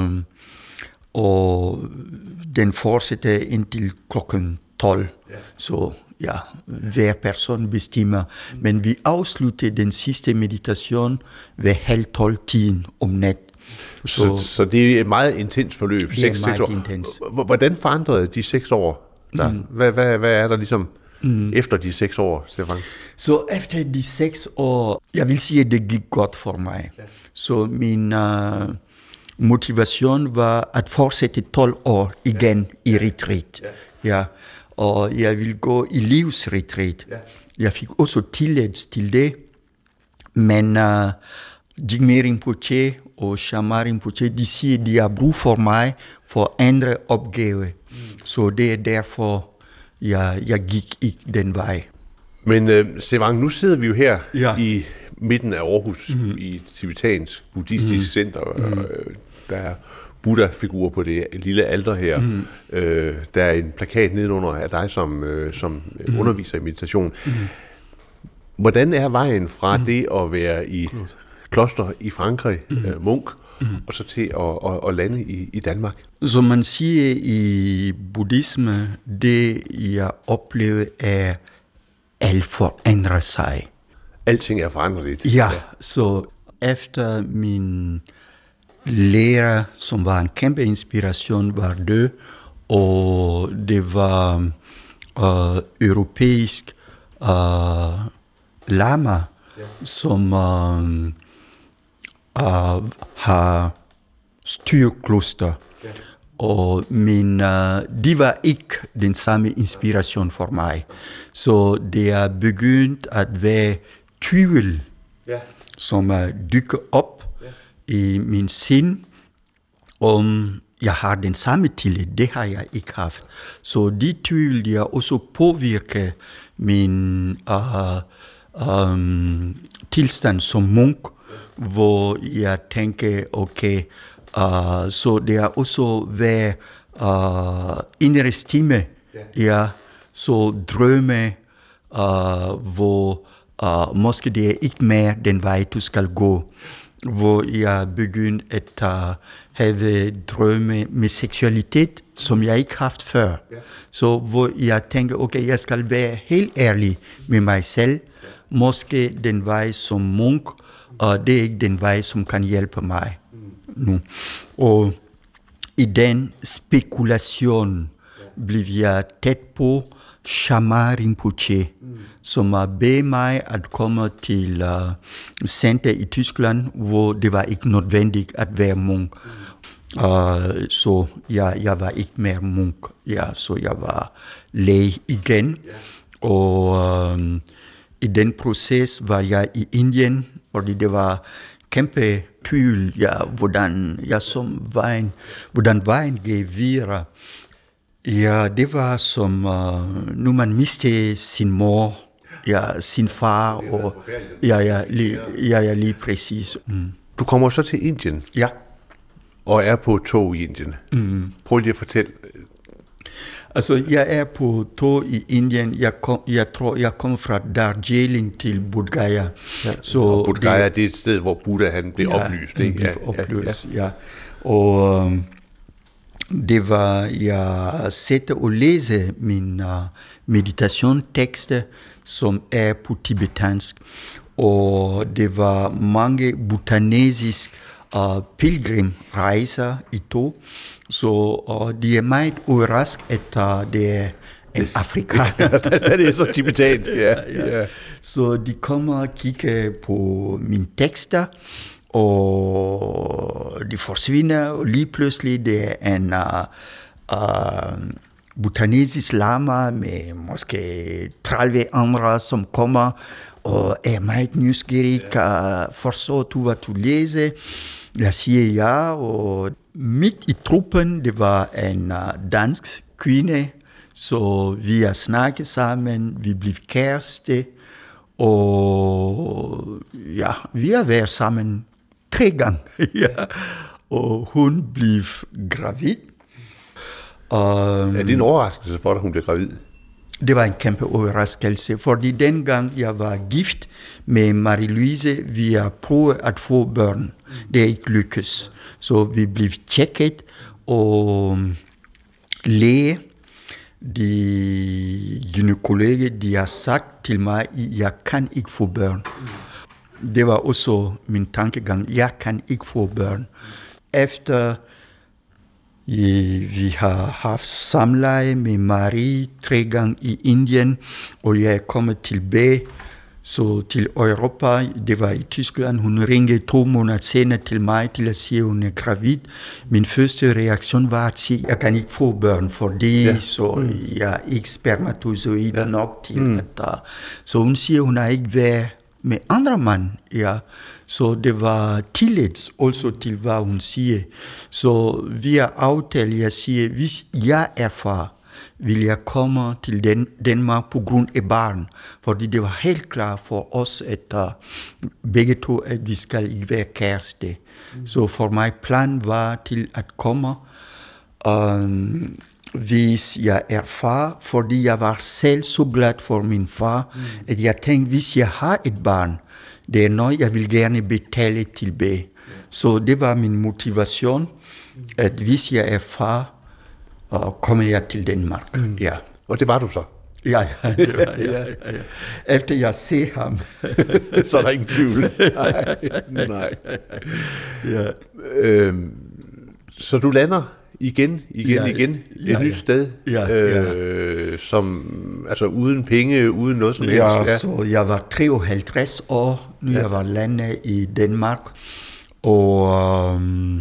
og den fortsætter indtil klokken tolv. Så ja, hver person bestemmer. Men vi afslutter den sidste meditation ved halv tolv tiden om nat. Så, så, så det er et meget intens forløb, det seks, er meget år. Intens. Hvordan forandrede de seks år? Der? Mm. Hvad, hvad, hvad er der ligesom mm. efter de seks år, Stefan? Så efter de seks år, jeg vil sige, at det gik godt for mig. Ja. Så min uh, motivation var at fortsætte tolv år igen ja. i retræt. Ja. Ja. Og jeg vil gå i livsretræt. Ja. Jeg fik også tilladelse til det, men uh, Jigme Rinpoche og Shamar Rinpoche, de siger, de har brug for mig for andre opgaver. Mm. Så det er derfor, jeg, jeg gik i den vej. Men uh, Sevang, nu sidder vi jo her ja. i midten af Aarhus, mm. i et tibetansk buddhistisk mm. center. Mm. Uh, der er Buddha-figurer på det lille alter her. Mm. Uh, der er en plakat nedenunder af dig, som, uh, som mm. underviser i meditation. Mm. Hvordan er vejen fra mm. det at være i kloster i Frankrig, mm. uh, munk, mm. og så til at, at, at lande i, i Danmark? Som man siger i buddhisme, det jeg oplever er, alt forandrer sig. Alting er forandret. Ja, ja, så efter min lærer, som var en kæmpe inspiration, var død, og det var uh, europæisk uh, lama, ja. som uh, uh, har styrkloster. Ja. Og min, uh, de var ikke den samme inspiration for mig. Så det er begyndt at være tvivl, ja. som uh, dykker op ja. i min sind, om jeg har den samme tillid. Det har jeg ikke haft. Så de tvivl, de har også påvirket min uh, um, tilstand som munk, ja. hvor jeg tænker, okay, Uh, så det har også været uh, indre stemme, yeah. ja, så drømme, uh, hvor uh, måske det er ikke mere den vej, du skal gå, hvor jeg begyndte at uh, have drømme med seksualitet, som jeg ikke haft før. Yeah. Så hvor jeg tænker, okay, jeg skal være helt ærlig med mig selv, yeah. måske den vej som munk, uh, det er ikke den vej, som kan hjælpe mig. Nu. Og i den spekulation blev jeg tæt på Shamar Rinpoche, mm. som har bedt mig at komme til uh, center i Tyskland, hvor det var ikke nødvendigt at være munk. Mm. Uh, så jeg, jeg var ikke mere munk, ja, så jeg var læge igen. Yeah. Og uh, i den proces var jeg i Indien, fordi det var kæmpe tvivl, ja, hvordan jeg som vejen, hvordan vejen gik videre. Ja, det var som, uh, nu man mistede sin mor, ja, sin far, og ja, ja, lige, ja, ja, lige præcis. Mm. Du kommer så til Indien? Ja. Og er på et tog i Indien. Mm. Prøv lige at fortælle. Altså, jeg er på tog i Indien. Jeg, kom, jeg tror, jeg kommer fra Darjeeling til Bodh Gaya. Ja. Så og Bodh Gaya, det, det er et sted, hvor Buddha han blev ja, oplyst. Ikke? Ja, oplyst, ja. ja. Og um, det var, jeg sætter og læser min uh, meditation-tekster, som er på tibetansk. Og det var mange bhutanesiske uh, pilgrimrejser i tog. Så uh, de er meget overrasket, at uh, det er en afrikaner. Det er så tibetansk, ja. ja, ja. Så de kommer og kigger på mine tekster, og de forsvinder, og lige pludselig det er en uh, uh, bhutanesisk lama med måske tredive andre, som kommer og er meget nysgerrig, uh, forstår du, hvad du læser? Jeg siger ja, og midt i truppen, det var en uh, dansk kvinde, så vi har snakket sammen, vi blev kæreste, og ja, vi har været sammen tre gange, ja. Og hun blev gravid. Um, er det en overraskelse for dig, hun blev gravid? Det var en kæmpe overraskelse, fordi dengang jeg var gift med Marie-Louise, vi har prøvet at få børn. Det er ikke lykkes. Så vi blev tjekket, og læge, de gynækologer, de har sagt til mig, at jeg kan ikke få børn. Det var også min tankegang, jeg kan ikke få børn. Efter vi har haft samleje med Marie tre gange i Indien, og jeg er kommet tilbage så til Europa. Det var i Tyskland. Hun ringede to måneder senere til mig til at sige, at hun er gravid. Min første reaktion var at sige, at jeg kan ikke få børn, fordi ja. så mm. jeg er ikke spermatozoid ja. nok til mm. at uh, så hun siger, at hun har ikke været med andre mand, ja. Så det var tillid også til, hvad hun siger. Så vi har aftalt, jeg siger, hvis jeg er far, vil jeg komme til Den- Danmark på grund af barn. Fordi det var helt klart for os, at uh, begge to, at vi skal ikke være kæreste. Mm. Så for mig plan var til at komme, um, hvis jeg er far, fordi jeg var selv så glad for min far, mm. at jeg tænkte, hvis jeg har et barn, det er noget, jeg vil gerne betale tilbage. Mm. Så det var min motivation, mm. at hvis jeg er far, uh, kommer jeg til Danmark. Mm. Ja. Og det var du så? Ja, ja, det var, ja, ja, ja. Efter jeg ser ham. Så er der ingen tvivl. Nej, nej. Ja. Øhm, så du lander igen, igen, ja, igen et ja, nyt ja. sted, ja, øh, ja. som, altså uden penge, uden noget som helst. Ja, ja, så jeg var treoghalvtreds år, nu ja. jeg var landet i Danmark, og um,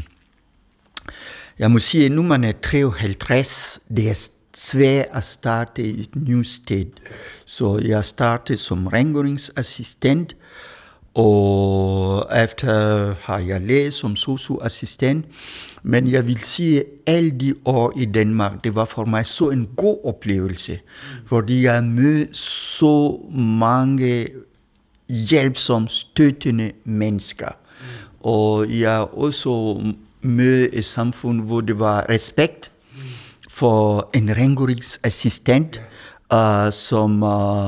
jeg må sige, nu man er treoghalvtreds, det er svært at starte i et nyt sted. Så jeg startede som rengøringsassistent, og efter har jeg læst som sosu-assistent. Men jeg vil sige, at alle de år i Danmark, det var for mig så en god oplevelse, fordi jeg mødte så mange hjælpsomme, støttende mennesker. Og jeg også mødte et samfund, hvor det var respekt for en rengøringsassistent, uh, som uh,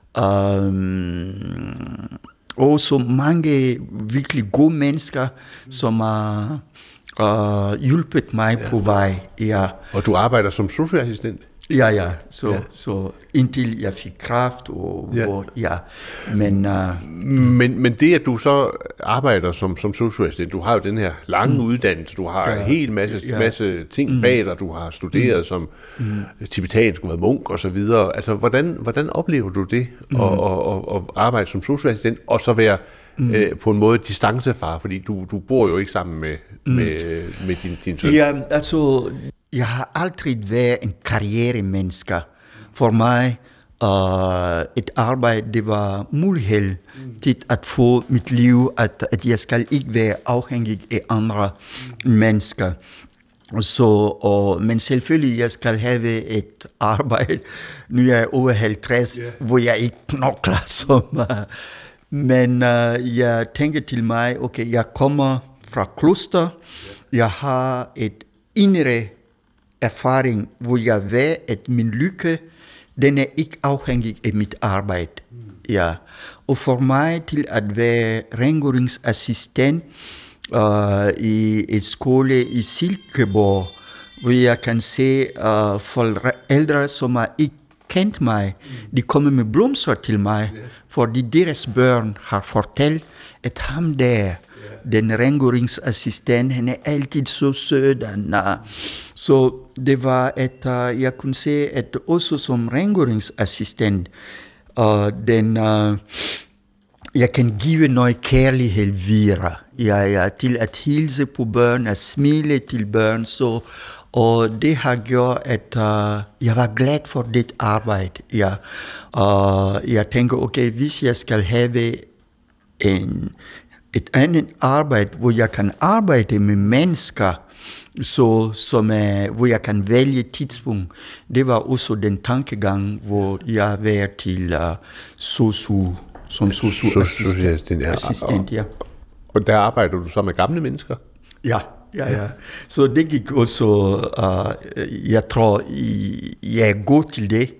um, også mange virkelig gode mennesker, som har uh, hjulpet mig ja. på vej. Ja. Og du arbejder som sosu-assistent? Ja, ja. Så, ja. så indtil jeg fik kraft, og, ja. og ja. Men, uh, men, men det, at du så arbejder som, som sosu-assistent, du har jo den her lange mm. uddannelse, du har ja. en hel masse, ja. masse ting mm. bag dig, du har studeret mm. som mm. tibetansk, du har været munk og så videre. Altså, hvordan, hvordan oplever du det, mm. at, at, at arbejde som sosu-assistent, og så være mm. øh, på en måde distancefar, fordi du, du bor jo ikke sammen med, mm. med, med din, din søn? Ja, altså... Jeg har aldrig været en karrieremenneske. For mig, uh, et arbejde, det var mulighed mm. til at få mit liv, at, at jeg skal ikke være afhængig af andre mm. mennesker. Så, og, men selvfølgelig, jeg skal have et arbejde, nu er jeg over halvtreds, yeah. hvor jeg ikke knokler som... Uh, men uh, jeg tænker til mig, okay, jeg kommer fra kloster, yeah. jeg har et indre erfaring, hvor jeg ved, at min lykke, den er ikke afhængig af mit arbejde. Mm. Ja. Og for mig til at være rengøringsassistent uh, i et skole i Silkeborg, hvor jeg kan se uh, forældre, som har ikke kendt mig, mm. de kommer med blomster til mig, yeah. fordi deres børn har fortalt, at ham der, yeah. den rengøringsassistent, han er altid så sød. Og, så det var, at uh, jeg kunne se, at også som rengøringsassistent, uh, den, uh, jeg kan give noget kærlighed videre, ja, ja, til at hilse på børn, at smile til børn, så og det har gjort, at uh, jeg var glad for det arbejde. Ja. Og jeg tænker, okay, hvis jeg skal have en, et andet arbejde, hvor jeg kan arbejde med mennesker, så, som er, hvor jeg kan vælge tidspunkt, det var også den tankegang, hvor jeg har været til uh, sosu, som sosu-assistent. Ja. Assistent, ja. Og der arbejder du så med gamle mennesker? Ja. Ja, ja. Så det gik også, uh, jeg tror, jeg er god til det.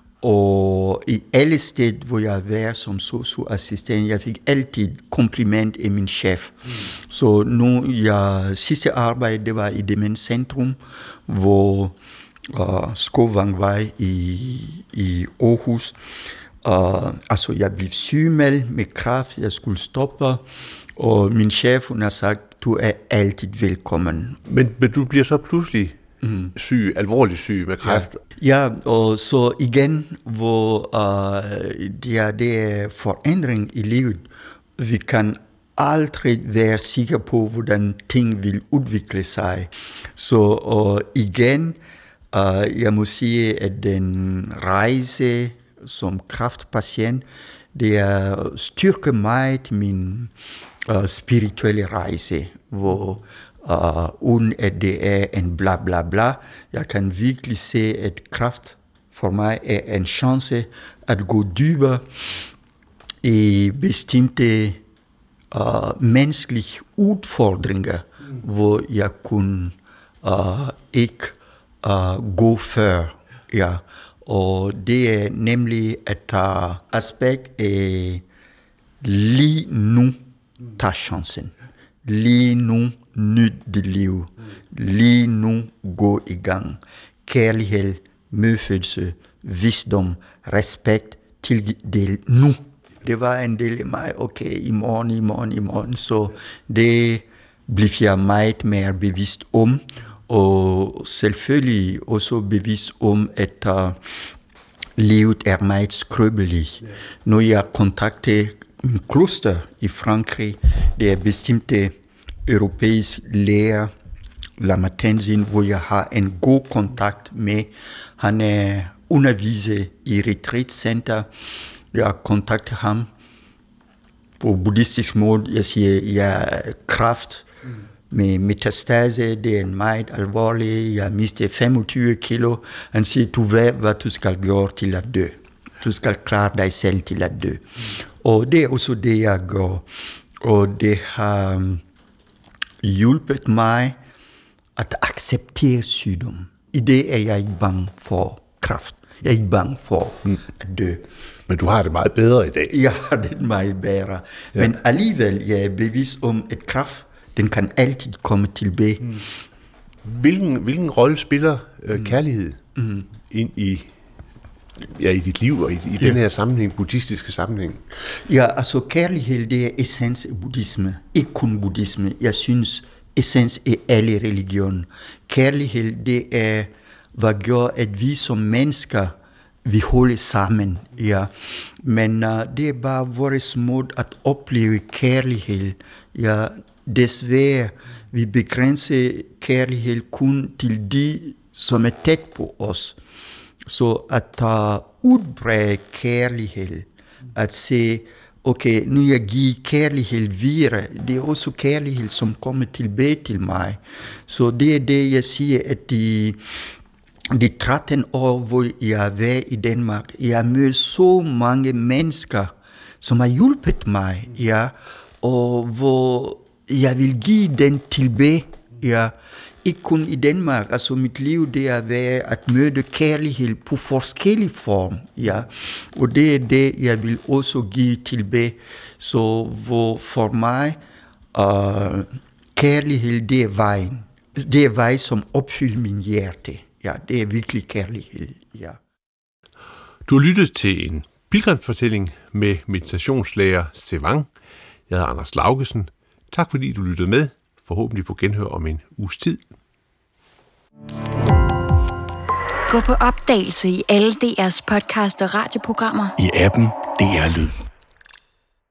Og i alle steder, hvor jeg var som sosu-assistent, jeg fik altid kompliment af min chef. Mm. Så nu, jeg sidste arbejde, det var i Demenscentrum, hvor uh, Skovangvej i, i Aarhus. Uh, altså, jeg blev sygemeldt med kræft, jeg skulle stoppe. Og min chef, hun har sagt, du er altid velkommen. Men, men du bliver så pludselig mm. syg, alvorligt syg med kræft. Ja, ja, og så igen, hvor uh, det, er, det er forandring i livet. Vi kan aldrig være sikre på, hvordan ting vil udvikle sig. Så og igen, uh, jeg må sige, at den rejse som kræftpatient, det er styrker mig til min Uh, spirituelle rejse, hvor uh, uden at det er en bla bla bla, jeg kan virkelig se, at kraft for mig er en chance at gå dybere i bestemte uh, menneskelige udfordringer, mm. hvor jeg kunne uh, ikke uh, gå før. Ja. Og det er nemlig et uh, aspekt af lige nu, tag chancen. Lige nu, nyt dit liv. Lige nu, gå i gang. Kærlighed, medfølelse, visdom, respekt til det nu. Det var en del af mig. Okay, i morgen, i morgen, i morgen. Så det blev jeg meget mere bevidst om. Og selvfølgelig også bevidst om, at uh, livet er meget skrøbeligt. Når jeg kontakter en kloster i Frankrig, det er bestemte europæiske læger, Lamartine, hvor jeg har en god kontakt med. Han er underviser i retreat center. Jeg kontakter ham på buddhistisk måde. Jeg siger, jeg er kræft med metastase, det er en meget alvorlig. Jeg mistede femogtyve kilo. Han siger, du ved, hvad du skal gøre til at dø. Du skal klare dig selv til at dø. Mm. Og det er også det, jeg gør. Og det har hjulpet mig at acceptere sygdom. I det er jeg ikke bange for kræft. Jeg er ikke bange for mm. at dø. Men du har det meget bedre i dag. Jeg har det meget bedre. Ja. Men alligevel jeg er bevidst om, at kræft, den kan altid komme tilbage. Mm. Hvilken, hvilken rolle spiller øh, kærlighed mm. ind i Ja, i dit liv og i, i ja. den her sammenhæng, buddhistiske sammenhæng? Ja, altså kærlighed, det er essens af buddhisme. Ikke kun buddhisme. Jeg synes, essens af alle religioner. Kærlighed, det er, hvad gør, at vi som mennesker, vi holder sammen. Ja. Men uh, det er bare vores måde at opleve kærlighed. Ja, desværre, vi begrænser kærlighed kun til de, som er tæt på os. Så at uh, udbrede kærlighed, at se, okay, nu jeg giver kærlighed videre, det er også kærlighed, som kommer tilbage til mig. Så det er det, jeg siger, at de, de tretten år, hvor jeg har været i Danmark, jeg har mødt så mange mennesker, som har hjulpet mig, ja, og hvor jeg vil give den tilbage, ja, ikke kun i Danmark. Altså mit liv, det er været at møde kærlighed på forskellige form. Ja. Og det er det, jeg vil også give tilbage. Så hvor for mig, uh, kærlighed, det er vejen. Det er vej, som opfylder min hjerte. Ja, det er virkelig kærlighed. Ja. Du har lyttet til en pilgrimsfortælling med meditationslærer Sevang. Jeg hedder Anders Laugesen. Tak fordi du lyttede med. Forhåbentlig på genhør om en uges tid. Gå på opdagelse i alle D R's podcast og radioprogrammer. I appen D R Lyd.